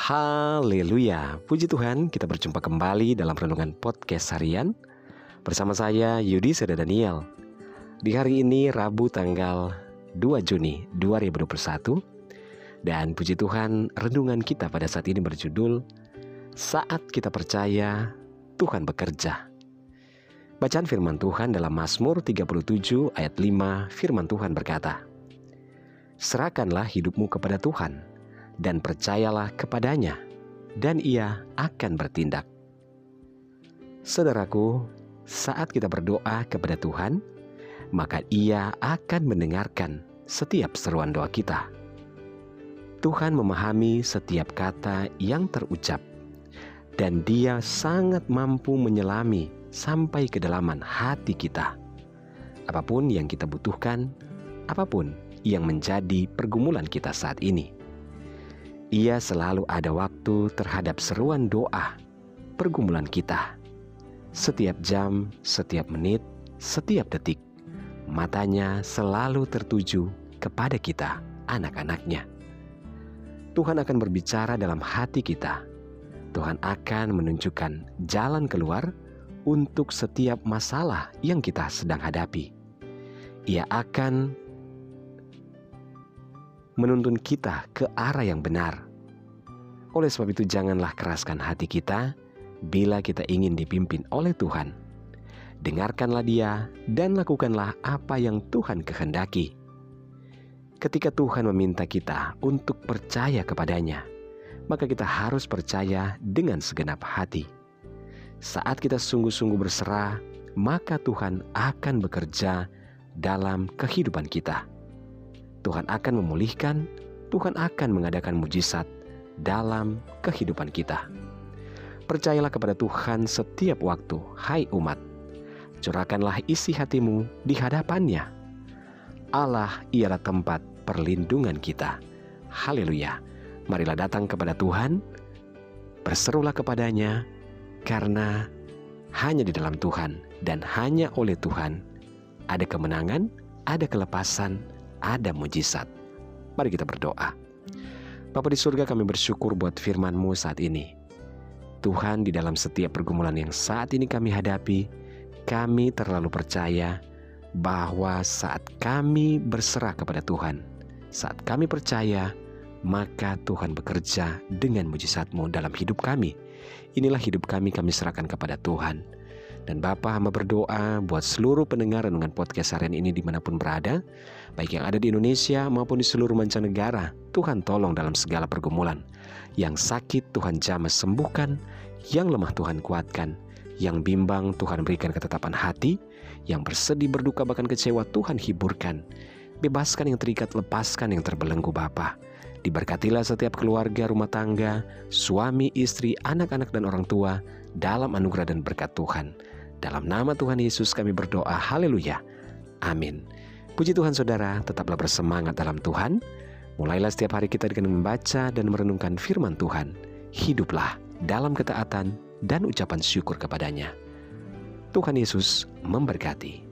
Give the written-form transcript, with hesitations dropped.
Haleluya, puji Tuhan, kita berjumpa kembali dalam renungan podcast harian bersama saya Yudi Seda Daniel. Di hari ini Rabu tanggal 2 Juni 2021. Dan puji Tuhan, renungan kita pada saat ini berjudul Saat Kita Percaya Tuhan Bekerja. Bacaan firman Tuhan dalam Mazmur 37 ayat 5, firman Tuhan berkata, "Serahkanlah hidupmu kepada Tuhan dan percayalah kepadanya, dan Ia akan bertindak." Saudaraku, saat kita berdoa kepada Tuhan, maka Ia akan mendengarkan setiap seruan doa kita. Tuhan memahami setiap kata yang terucap, dan Dia sangat mampu menyelami sampai kedalaman hati kita. Apapun yang kita butuhkan, apapun yang menjadi pergumulan kita saat ini, Ia selalu ada waktu terhadap seruan doa, pergumulan kita. Setiap jam, setiap menit, setiap detik, matanya selalu tertuju kepada kita, anak-anaknya. Tuhan akan berbicara dalam hati kita. Tuhan akan menunjukkan jalan keluar untuk setiap masalah yang kita sedang hadapi. Ia akan menuntun kita ke arah yang benar. Oleh sebab itu, janganlah keraskan hati kita bila kita ingin dipimpin oleh Tuhan. Dengarkanlah Dia dan lakukanlah apa yang Tuhan kehendaki. Ketika Tuhan meminta kita untuk percaya kepadanya, maka kita harus percaya dengan segenap hati. Saat kita sungguh-sungguh berserah, maka Tuhan akan bekerja dalam kehidupan kita. Tuhan akan memulihkan, Tuhan akan mengadakan mujizat dalam kehidupan kita. Percayalah kepada Tuhan setiap waktu, hai umat. Curahkanlah isi hatimu di hadapan-Nya. Allah ialah tempat perlindungan kita. Haleluya. Marilah datang kepada Tuhan, berserulah kepadanya, karena hanya di dalam Tuhan dan hanya oleh Tuhan ada kemenangan, ada kelepasan, ada mujizat. Mari kita berdoa. Bapa di surga, kami bersyukur buat firman-Mu saat ini. Tuhan, di dalam setiap pergumulan yang saat ini kami hadapi, kami terlalu percaya bahwa saat kami berserah kepada Tuhan, saat kami percaya, maka Tuhan bekerja dengan mujizat-Mu dalam hidup kami. Inilah hidup kami serahkan kepada Tuhan. Dan Bapa, hamba berdoa buat seluruh pendengar renungan podcast harian ini dimanapun berada, baik yang ada di Indonesia maupun di seluruh mancanegara. Tuhan tolong dalam segala pergumulan. Yang sakit Tuhan jamah sembuhkan, yang lemah Tuhan kuatkan, yang bimbang Tuhan berikan ketetapan hati, yang bersedih, berduka, bahkan kecewa Tuhan hiburkan. Bebaskan yang terikat, lepaskan yang terbelenggu Bapa. Diberkatilah setiap keluarga, rumah tangga, suami, istri, anak-anak dan orang tua dalam anugerah dan berkat Tuhan. Dalam nama Tuhan Yesus kami berdoa, haleluya, amin. Puji Tuhan saudara, tetaplah bersemangat dalam Tuhan. Mulailah setiap hari kita dengan membaca dan merenungkan firman Tuhan. Hiduplah dalam ketaatan dan ucapan syukur kepadanya. Tuhan Yesus memberkati.